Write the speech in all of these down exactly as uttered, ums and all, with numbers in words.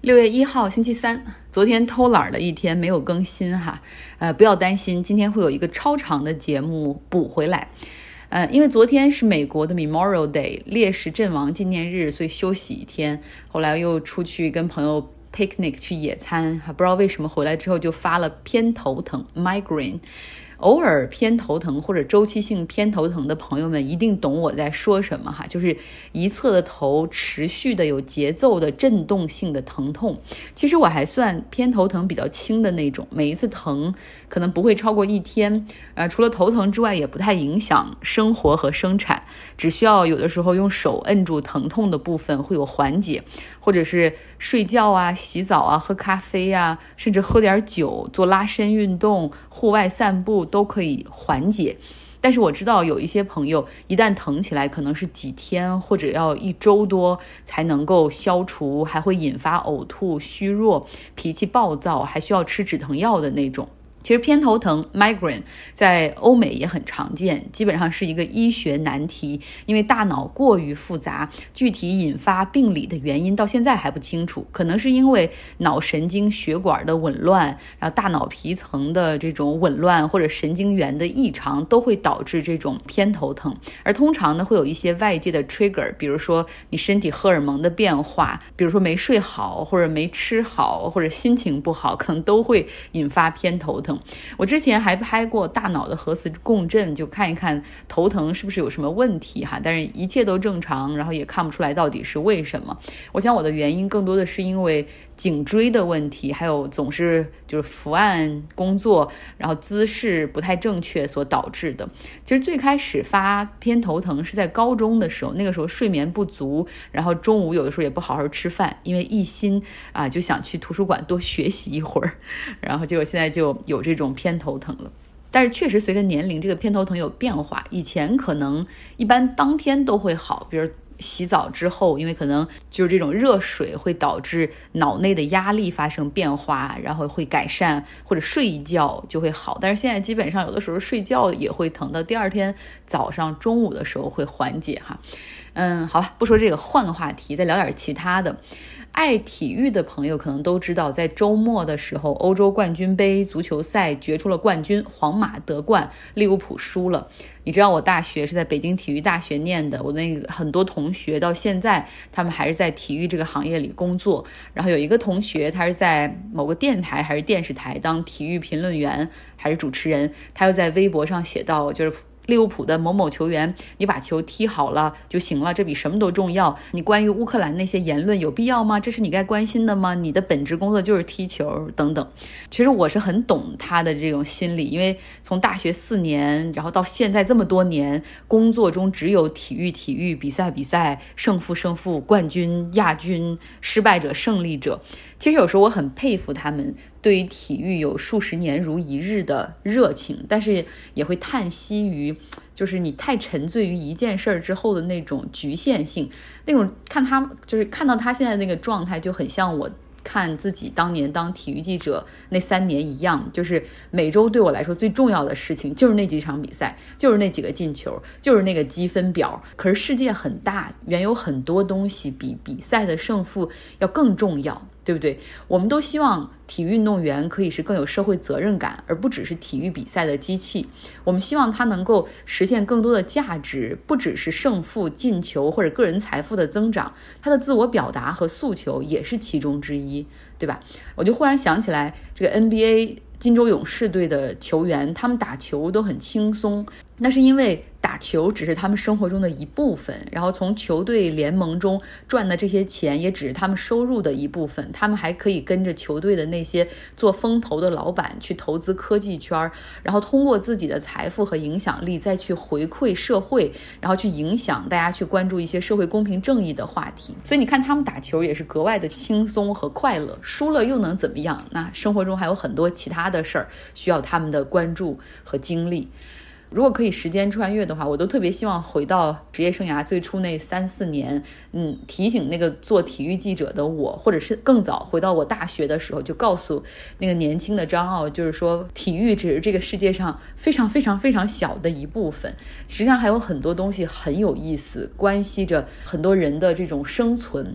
六月一号星期三，昨天偷懒的一天没有更新哈，呃，不要担心，今天会有一个超长的节目补回来。呃，因为昨天是美国的 Memorial Day 烈士阵亡纪念日，所以休息一天。后来又出去跟朋友 picnic 去野餐，还不知道为什么回来之后就发了偏头疼 migraine。偶尔偏头疼或者周期性偏头疼的朋友们一定懂我在说什么哈，就是一侧的头持续的有节奏的震动性的疼痛。其实我还算偏头疼比较轻的那种，每一次疼可能不会超过一天，呃，除了头疼之外也不太影响生活和生产，只需要有的时候用手摁住疼痛的部分会有缓解，或者是睡觉啊、洗澡啊、喝咖啡啊，甚至喝点酒、做拉伸运动、户外散步都可以缓解。但是我知道有一些朋友一旦疼起来可能是几天或者要一周多才能够消除，还会引发呕吐、虚弱、脾气暴躁，还需要吃止疼药的那种。其实偏头疼 migraine 在欧美也很常见，基本上是一个医学难题，因为大脑过于复杂，具体引发病理的原因到现在还不清楚，可能是因为脑神经血管的紊乱，然后大脑皮层的这种紊乱或者神经元的异常都会导致这种偏头疼。而通常呢会有一些外界的 trigger， 比如说你身体荷尔蒙的变化，比如说没睡好或者没吃好或者心情不好，可能都会引发偏头疼。我之前还拍过大脑的核磁共振，就看一看头疼是不是有什么问题哈，但是一切都正常，然后也看不出来到底是为什么。我想我的原因更多的是因为颈椎的问题，还有总是就是伏案工作，然后姿势不太正确所导致的。其实最开始发偏头疼是在高中的时候，那个时候睡眠不足，然后中午有的时候也不好好吃饭，因为一心啊就想去图书馆多学习一会儿，然后结果现在就有这种偏头疼了。但是确实随着年龄这个偏头疼有变化，以前可能一般当天都会好，比如洗澡之后，因为可能就是这种热水会导致脑内的压力发生变化，然后会改善，或者睡一觉就会好。但是现在基本上有的时候睡觉也会疼，到第二天早上中午的时候会缓解哈。嗯，好吧，不说这个，换个话题，再聊点其他的。爱体育的朋友可能都知道，在周末的时候，欧洲冠军杯足球赛决出了冠军，皇马得冠，利物浦输了。你知道我大学是在北京体育大学念的，我那个很多同学到现在他们还是在体育这个行业里工作，然后有一个同学他是在某个电台还是电视台当体育评论员还是主持人，他又在微博上写到，就是利物浦的某某球员，你把球踢好了就行了，这比什么都重要。你关于乌克兰那些言论有必要吗？这是你该关心的吗？你的本职工作就是踢球等等。其实我是很懂他的这种心理，因为从大学四年，然后到现在这么多年，工作中只有体育体育，比赛比赛，胜负胜负，冠军亚军，失败者胜利者。其实有时候我很佩服他们对于体育有数十年如一日的热情，但是也会叹息于就是你太沉醉于一件事儿之后的那种局限性，那种看他就是看到他现在那个状态就很像我看自己当年当体育记者那三年一样，就是每周对我来说最重要的事情就是那几场比赛，就是那几个进球，就是那个积分表。可是世界很大，原有很多东西比比赛的胜负要更重要，对不对？我们都希望体育运动员可以是更有社会责任感，而不只是体育比赛的机器。我们希望他能够实现更多的价值，不只是胜负、进球或者个人财富的增长，他的自我表达和诉求也是其中之一，对吧？我就忽然想起来，这个 N B A 金州勇士队的球员，他们打球都很轻松，那是因为打球只是他们生活中的一部分，然后从球队联盟中赚的这些钱也只是他们收入的一部分，他们还可以跟着球队的那些做风投的老板去投资科技圈，然后通过自己的财富和影响力再去回馈社会，然后去影响大家去关注一些社会公平正义的话题。所以你看他们打球也是格外的轻松和快乐，输了又能怎么样？那生活中还有很多其他的事儿需要他们的关注和精力。如果可以时间穿越的话，我都特别希望回到职业生涯最初那三四年，嗯，提醒那个做体育记者的我，或者是更早回到我大学的时候，就告诉那个年轻的张奥，就是说体育只是这个世界上非常非常非常小的一部分，实际上还有很多东西很有意思，关系着很多人的这种生存。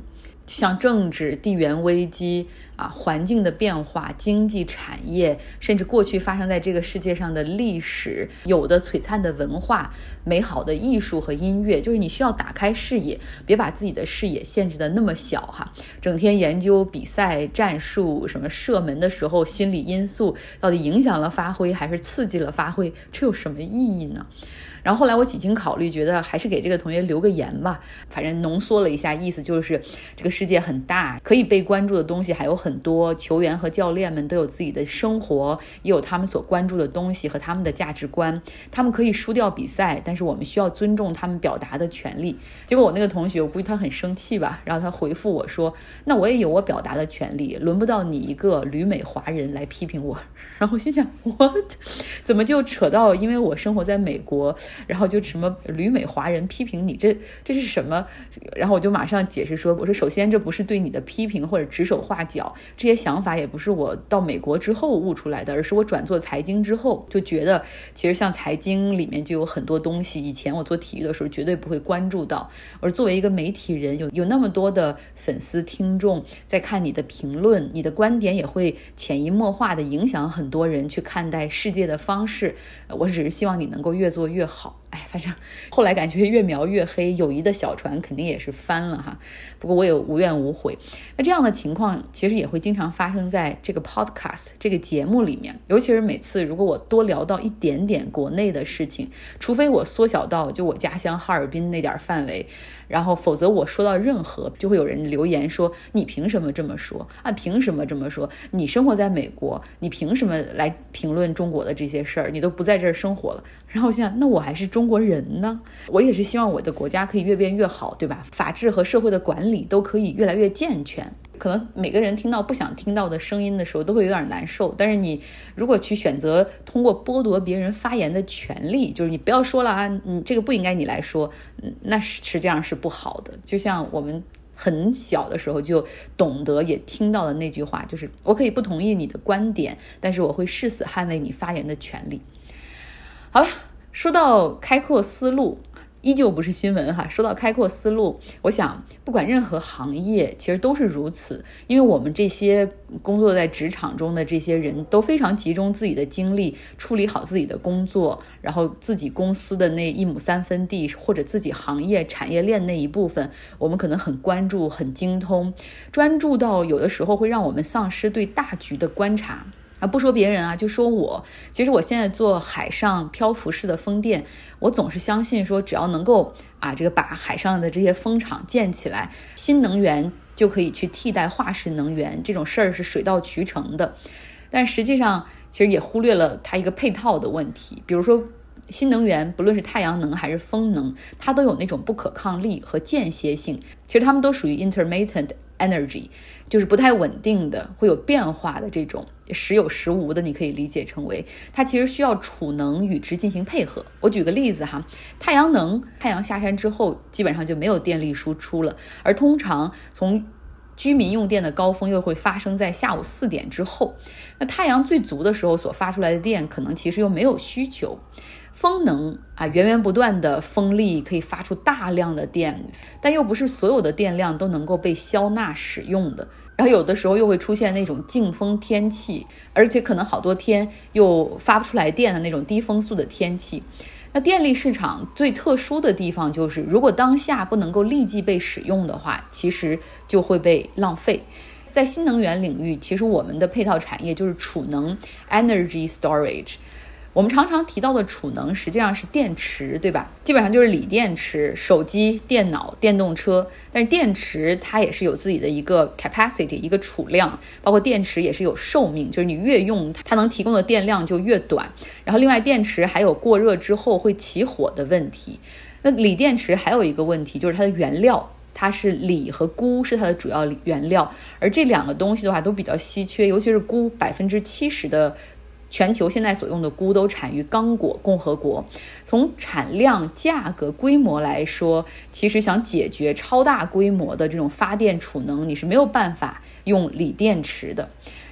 像政治、地缘危机啊、环境的变化、经济产业，甚至过去发生在这个世界上的历史，有的璀璨的文化、美好的艺术和音乐，就是你需要打开视野，别把自己的视野限制的那么小哈。整天研究比赛战术，什么射门的时候心理因素到底影响了发挥还是刺激了发挥，这有什么意义呢？然后后来我几经考虑，觉得还是给这个同学留个言吧。反正浓缩了一下，意思就是这个世界很大，可以被关注的东西还有很多，球员和教练们都有自己的生活，也有他们所关注的东西和他们的价值观，他们可以输掉比赛，但是我们需要尊重他们表达的权利。结果我那个同学，我估计他很生气吧，然后他回复我说，那我也有我表达的权利，轮不到你一个旅美华人来批评我。然后心想 what 怎么就扯到因为我生活在美国，然后就什么旅美华人批评你，这这是什么？然后我就马上解释说，我说首先这不是对你的批评或者指手画脚，这些想法也不是我到美国之后悟出来的，而是我转做财经之后就觉得，其实像财经里面就有很多东西，以前我做体育的时候绝对不会关注到。而作为一个媒体人，有有那么多的粉丝听众在看你的评论，你的观点也会潜移默化的影响很多人去看待世界的方式。我只是希望你能够越做越好。哎，反正后来感觉越描越黑，友谊的小船肯定也是翻了哈。不过我也无怨无悔。那这样的情况其实也会经常发生在这个 podcast 这个节目里面，尤其是每次如果我多聊到一点点国内的事情，除非我缩小到就我家乡哈尔滨那点范围，然后否则我说到任何，就会有人留言说，你凭什么这么说啊？凭什么这么说？你生活在美国，你凭什么来评论中国的这些事儿？你都不在这儿生活了。然后我想，那我还是中国人呢，我也是希望我的国家可以越变越好，对吧？法治和社会的管理都可以越来越健全。可能每个人听到不想听到的声音的时候都会有点难受，但是你如果去选择通过剥夺别人发言的权利，就是你不要说了啊，你这个不应该你来说，那是这样是不好的。就像我们很小的时候就懂得也听到的那句话，就是我可以不同意你的观点，但是我会誓死捍卫你发言的权利。好了，说到开阔思路，依旧不是新闻哈。说到开阔思路，我想不管任何行业其实都是如此，因为我们这些工作在职场中的这些人都非常集中自己的精力处理好自己的工作，然后自己公司的那一亩三分地或者自己行业产业链那一部分，我们可能很关注很精通，专注到有的时候会让我们丧失对大局的观察。啊，不说别人啊，就说我，其实我现在做海上漂浮式的风电，我总是相信说，只要能够啊，这个把海上的这些风场建起来，新能源就可以去替代化石能源，这种事儿是水到渠成的。但实际上，其实也忽略了它一个配套的问题，比如说新能源，不论是太阳能还是风能，它都有那种不可抗力和间歇性，其实它们都属于 intermittent energy， 就是不太稳定的，会有变化的这种时有时无的，你可以理解成为它其实需要储能与之进行配合。我举个例子哈，太阳能，太阳下山之后基本上就没有电力输出了，而通常从居民用电的高峰又会发生在下午四点之后，那太阳最足的时候所发出来的电可能其实又没有需求。风能啊，源源不断的风力可以发出大量的电，但又不是所有的电量都能够被消纳使用的。然后有的时候又会出现那种劲风天气，而且可能好多天又发不出来电的那种低风速的天气。那电力市场最特殊的地方就是，如果当下不能够立即被使用的话，其实就会被浪费。在新能源领域，其实我们的配套产业就是储能 energy storage。我们常常提到的储能实际上是电池，对吧？基本上就是锂电池，手机、电脑、电动车。但是电池它也是有自己的一个 capacity， 一个储量，包括电池也是有寿命，就是你越用它能提供的电量就越短。然后另外电池还有过热之后会起火的问题。那锂电池还有一个问题，就是它的原料，它是锂和钴是它的主要原料，而这两个东西的话都比较稀缺，尤其是钴，百分之七十的全球现在所用的钴都产于刚果共和国。从产量、价格、规模来说，其实想解决超大规模的这种发电储能，你是没有办法用锂电池的。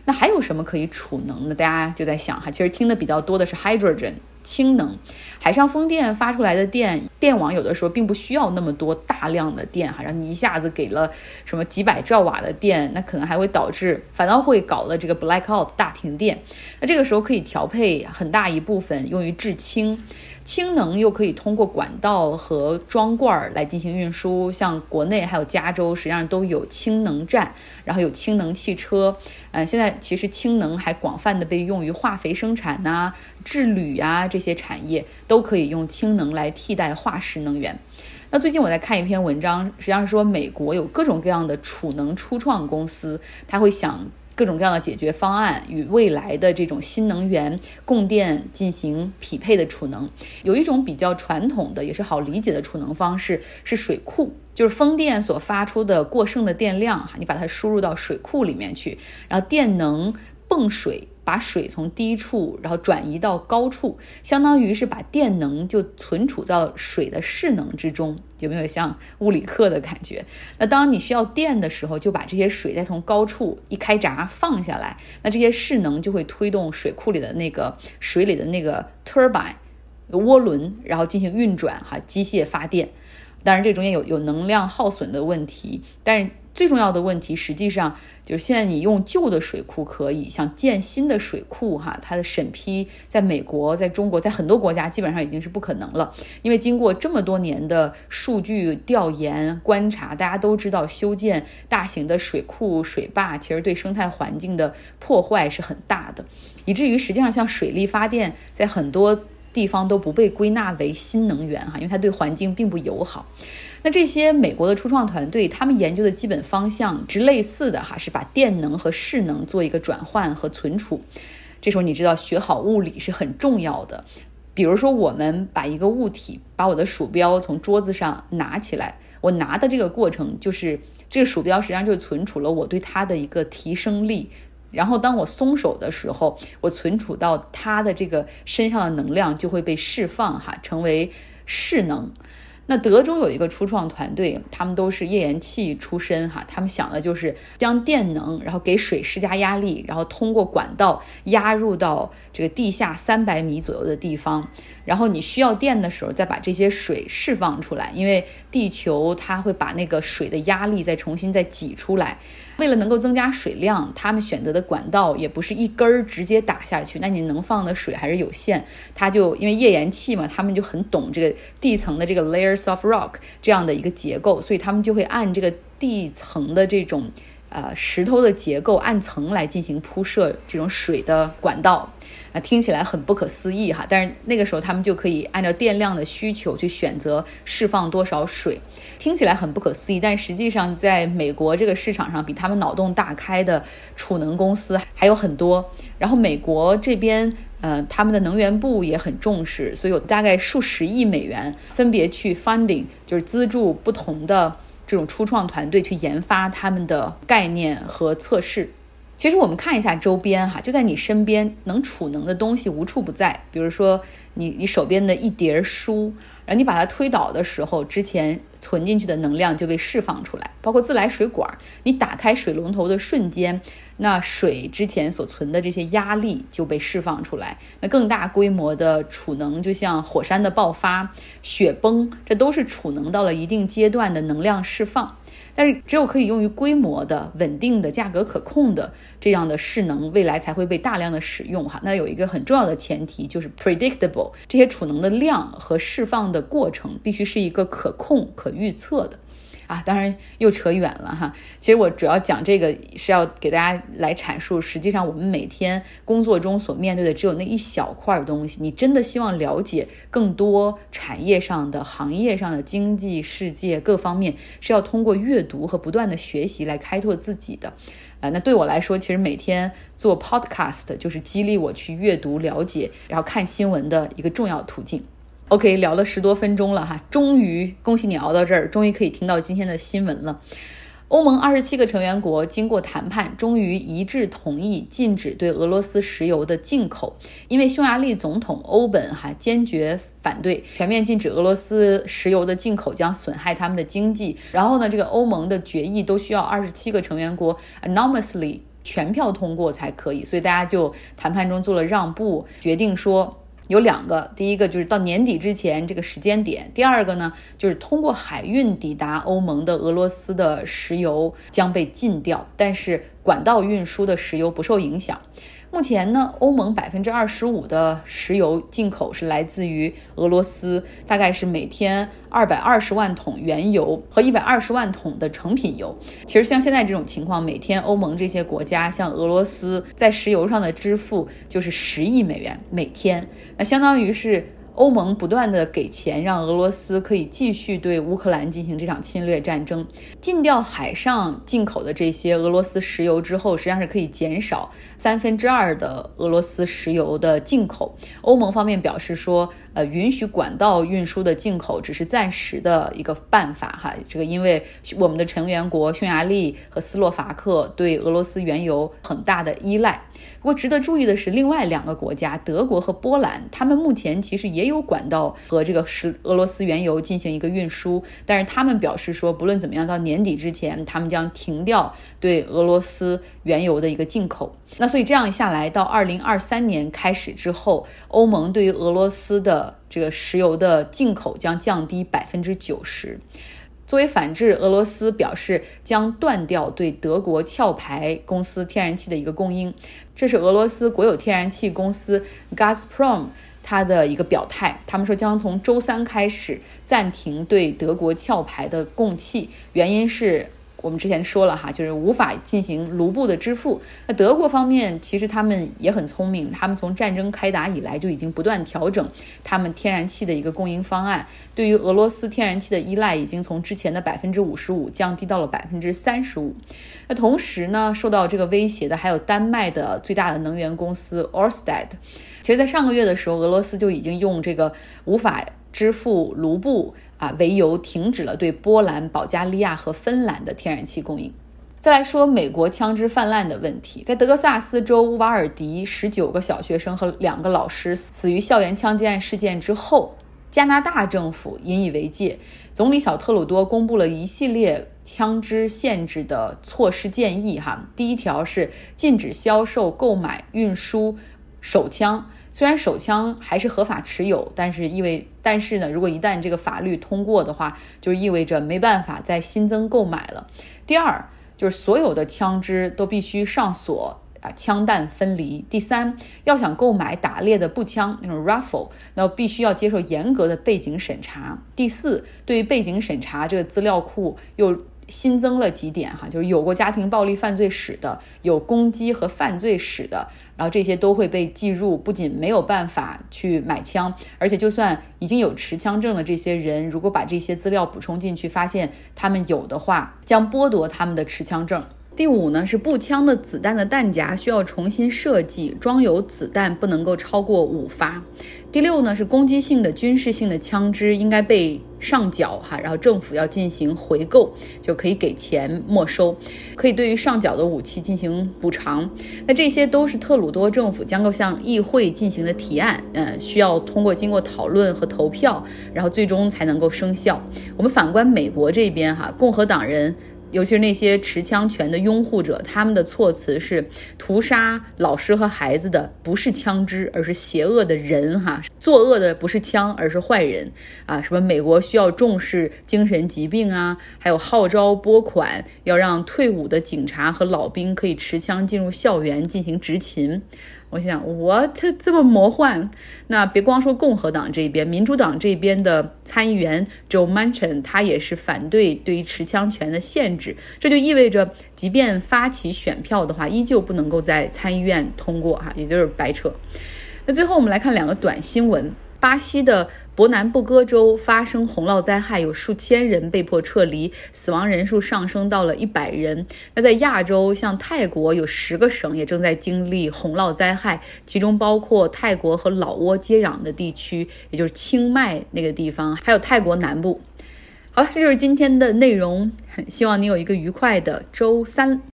那还有什么可以储能呢？大家就在想哈，其实听的比较多的是 hydrogen。氢能，海上风电发出来的电，电网有的时候并不需要那么多大量的电哈，让你一下子给了什么几百兆瓦的电，那可能还会导致反倒会搞了这个 blackout 大停电。那这个时候可以调配很大一部分用于制氢，氢能又可以通过管道和装罐来进行运输，像国内还有加州实际上都有氢能站，然后有氢能汽车。呃，现在其实氢能还广泛的被用于化肥生产呐、啊、制铝啊这些产业都可以用氢能来替代化石能源。那最近我在看一篇文章，实际上是说美国有各种各样的储能初创公司，它会想各种各样的解决方案，与未来的这种新能源供电进行匹配的储能。有一种比较传统的也是好理解的储能方式是水库，就是风电所发出的过剩的电量，你把它输入到水库里面去，然后电能泵水，把水从低处然后转移到高处，相当于是把电能就存储到水的势能之中。有没有像物理课的感觉？那当你需要电的时候，就把这些水再从高处一开闸放下来，那这些势能就会推动水库里的那个水里的那个 turbine 涡轮，然后进行运转哈，机械发电。当然这中间有有能量耗损的问题，但是最重要的问题实际上就是现在你用旧的水库可以，想建新的水库哈，它的审批在美国、在中国、在很多国家基本上已经是不可能了。因为经过这么多年的数据调研观察，大家都知道修建大型的水库水坝其实对生态环境的破坏是很大的，以至于实际上像水力发电在很多地方都不被归纳为新能源哈，因为它对环境并不友好。那这些美国的初创团队，他们研究的基本方向是类似的哈，是把电能和势能做一个转换和存储。这时候你知道学好物理是很重要的。比如说我们把一个物体，把我的鼠标从桌子上拿起来，我拿的这个过程就是这个鼠标实际上就存储了我对它的一个提升力。然后当我松手的时候，我存储到它的这个身上的能量就会被释放哈，成为势能。那德州有一个初创团队，他们都是页岩气出身哈，他们想的就是将电能然后给水施加压力，然后通过管道压入到这个地下三百米左右的地方，然后你需要电的时候再把这些水释放出来，因为地球它会把那个水的压力再重新再挤出来。为了能够增加水量，他们选择的管道也不是一根儿直接打下去，那你能放的水还是有限。它就因为页岩气嘛，他们就很懂这个地层的这个 layers of rock 这样的一个结构，所以他们就会按这个地层的这种呃石头的结构按层来进行铺设这种水的管道。啊，听起来很不可思议哈，但是那个时候他们就可以按照电量的需求去选择释放多少水。听起来很不可思议，但实际上在美国这个市场上比他们脑洞大开的储能公司还有很多。然后美国这边呃，他们的能源部也很重视，所以有大概数十亿美元分别去 funding， 就是资助不同的这种初创团队去研发他们的概念和测试。其实我们看一下周边哈，就在你身边能储能的东西无处不在。比如说你你手边的一叠书，然后你把它推倒的时候，之前存进去的能量就被释放出来。包括自来水管，你打开水龙头的瞬间，那水之前所存的这些压力就被释放出来。那更大规模的储能，就像火山的爆发、雪崩，这都是储能到了一定阶段的能量释放。但是只有可以用于规模的、稳定的、价格可控的这样的势能，未来才会被大量的使用哈。那有一个很重要的前提就是 predictable， 这些储能的量和释放的过程必须是一个可控、可预测的。啊，当然又扯远了哈。其实我主要讲这个是要给大家来阐述，实际上我们每天工作中所面对的只有那一小块东西。你真的希望了解更多产业上的、行业上的、经济世界各方面，是要通过阅读和不断的学习来开拓自己的。呃，那对我来说，其实每天做 podcast 就是激励我去阅读、了解，然后看新闻的一个重要途径。OK， 聊了十多分钟了哈，终于恭喜你熬到这儿，终于可以听到今天的新闻了。欧盟二十七个成员国经过谈判，终于一致同意禁止对俄罗斯石油的进口，因为匈牙利总统欧本哈坚决反对全面禁止俄罗斯石油的进口，将损害他们的经济。然后呢，这个欧盟的决议都需要二十七个成员国 anonymously 全票通过才可以，所以大家就谈判中做了让步，决定说有两个，第一个就是到年底之前这个时间点，第二个呢就是通过海运抵达欧盟的俄罗斯的石油将被禁掉，但是管道运输的石油不受影响。目前呢，欧盟百分之二十五的石油进口是来自于俄罗斯，大概是每天二百二十万桶原油和一百二十万桶的成品油。其实像现在这种情况，每天欧盟这些国家像俄罗斯在石油上的支付就是十亿美元每天，那相当于是欧盟不断的给钱，让俄罗斯可以继续对乌克兰进行这场侵略战争。禁掉海上进口的这些俄罗斯石油之后，实际上是可以减少三分之二的俄罗斯石油的进口。欧盟方面表示说，呃，允许管道运输的进口只是暂时的一个办法哈。这个因为我们的成员国匈牙利和斯洛伐克对俄罗斯原油很大的依赖。不过值得注意的是，另外两个国家德国和波兰，他们目前其实也有管道和这个是俄罗斯原油进行一个运输，但是他们表示说，不论怎么样，到年底之前他们将停掉对俄罗斯原油的一个进口。那所以这样下来，到二零二三年开始之后，欧盟对于俄罗斯的这个石油的进口将降低百分之九十。作为反制，俄罗斯表示将断掉对德国壳牌公司天然气的一个供应，这是俄罗斯国有天然气公司 Gazprom 它的一个表态。他们说将从周三开始暂停对德国壳牌的供气，原因是我们之前说了哈，就是无法进行卢布的支付。那德国方面其实他们也很聪明，他们从战争开打以来就已经不断调整他们天然气的一个供应方案，对于俄罗斯天然气的依赖已经从之前的百分之五十五降低到了百分之三十五。那同时呢，受到这个威胁的还有丹麦的最大的能源公司 Ørsted。其实在上个月的时候，俄罗斯就已经用这个无法支付卢布啊为由，停止了对波兰、保加利亚和芬兰的天然气供应。再来说美国枪支泛滥的问题，在德克萨斯州乌瓦尔迪十九个小学生和两个老师死于校园枪击案事件之后，加拿大政府引以为戒，总理小特鲁多公布了一系列枪支限制的措施建议哈。第一条是禁止销售、购买、运输手枪。虽然手枪还是合法持有，但是意味但是呢，如果一旦这个法律通过的话，就意味着没办法再新增购买了。第二，就是所有的枪支都必须上锁啊，枪弹分离。第三，要想购买打猎的步枪那种 rifle， 那必须要接受严格的背景审查。第四，对于背景审查这个资料库又新增了几点哈，就是有过家庭暴力犯罪史的，有攻击和犯罪史的，然后这些都会被记入，不仅没有办法去买枪，而且就算已经有持枪证的这些人，如果把这些资料补充进去，发现他们有的话，将剥夺他们的持枪证。第五呢，是步枪的子弹的弹夹需要重新设计，装有子弹不能够超过五发。第六呢，是攻击性的军事性的枪支应该被上缴哈，然后政府要进行回购，就可以给钱没收，可以对于上缴的武器进行补偿。那这些都是特鲁多政府将够向议会进行的提案，呃，需要通过经过讨论和投票，然后最终才能够生效。我们反观美国这边哈，共和党人尤其是那些持枪权的拥护者，他们的措辞是屠杀老师和孩子的不是枪支，而是邪恶的人哈，作恶的不是枪，而是坏人啊。什么美国需要重视精神疾病啊，还有号召拨款，要让退伍的警察和老兵可以持枪进入校园进行执勤。我想我这这么魔幻，那别光说共和党这边，民主党这边的参议员 Joe Manchin 他也是反对对于持枪权的限制，这就意味着即便发起选票的话，依旧不能够在参议院通过哈，也就是白扯。那最后我们来看两个短新闻。巴西的伯南布哥州发生洪涝灾害，有数千人被迫撤离，死亡人数上升到了一百人。那在亚洲，像泰国有十个省也正在经历洪涝灾害，其中包括泰国和老挝接壤的地区，也就是清迈那个地方，还有泰国南部。好了，这就是今天的内容，希望你有一个愉快的周三。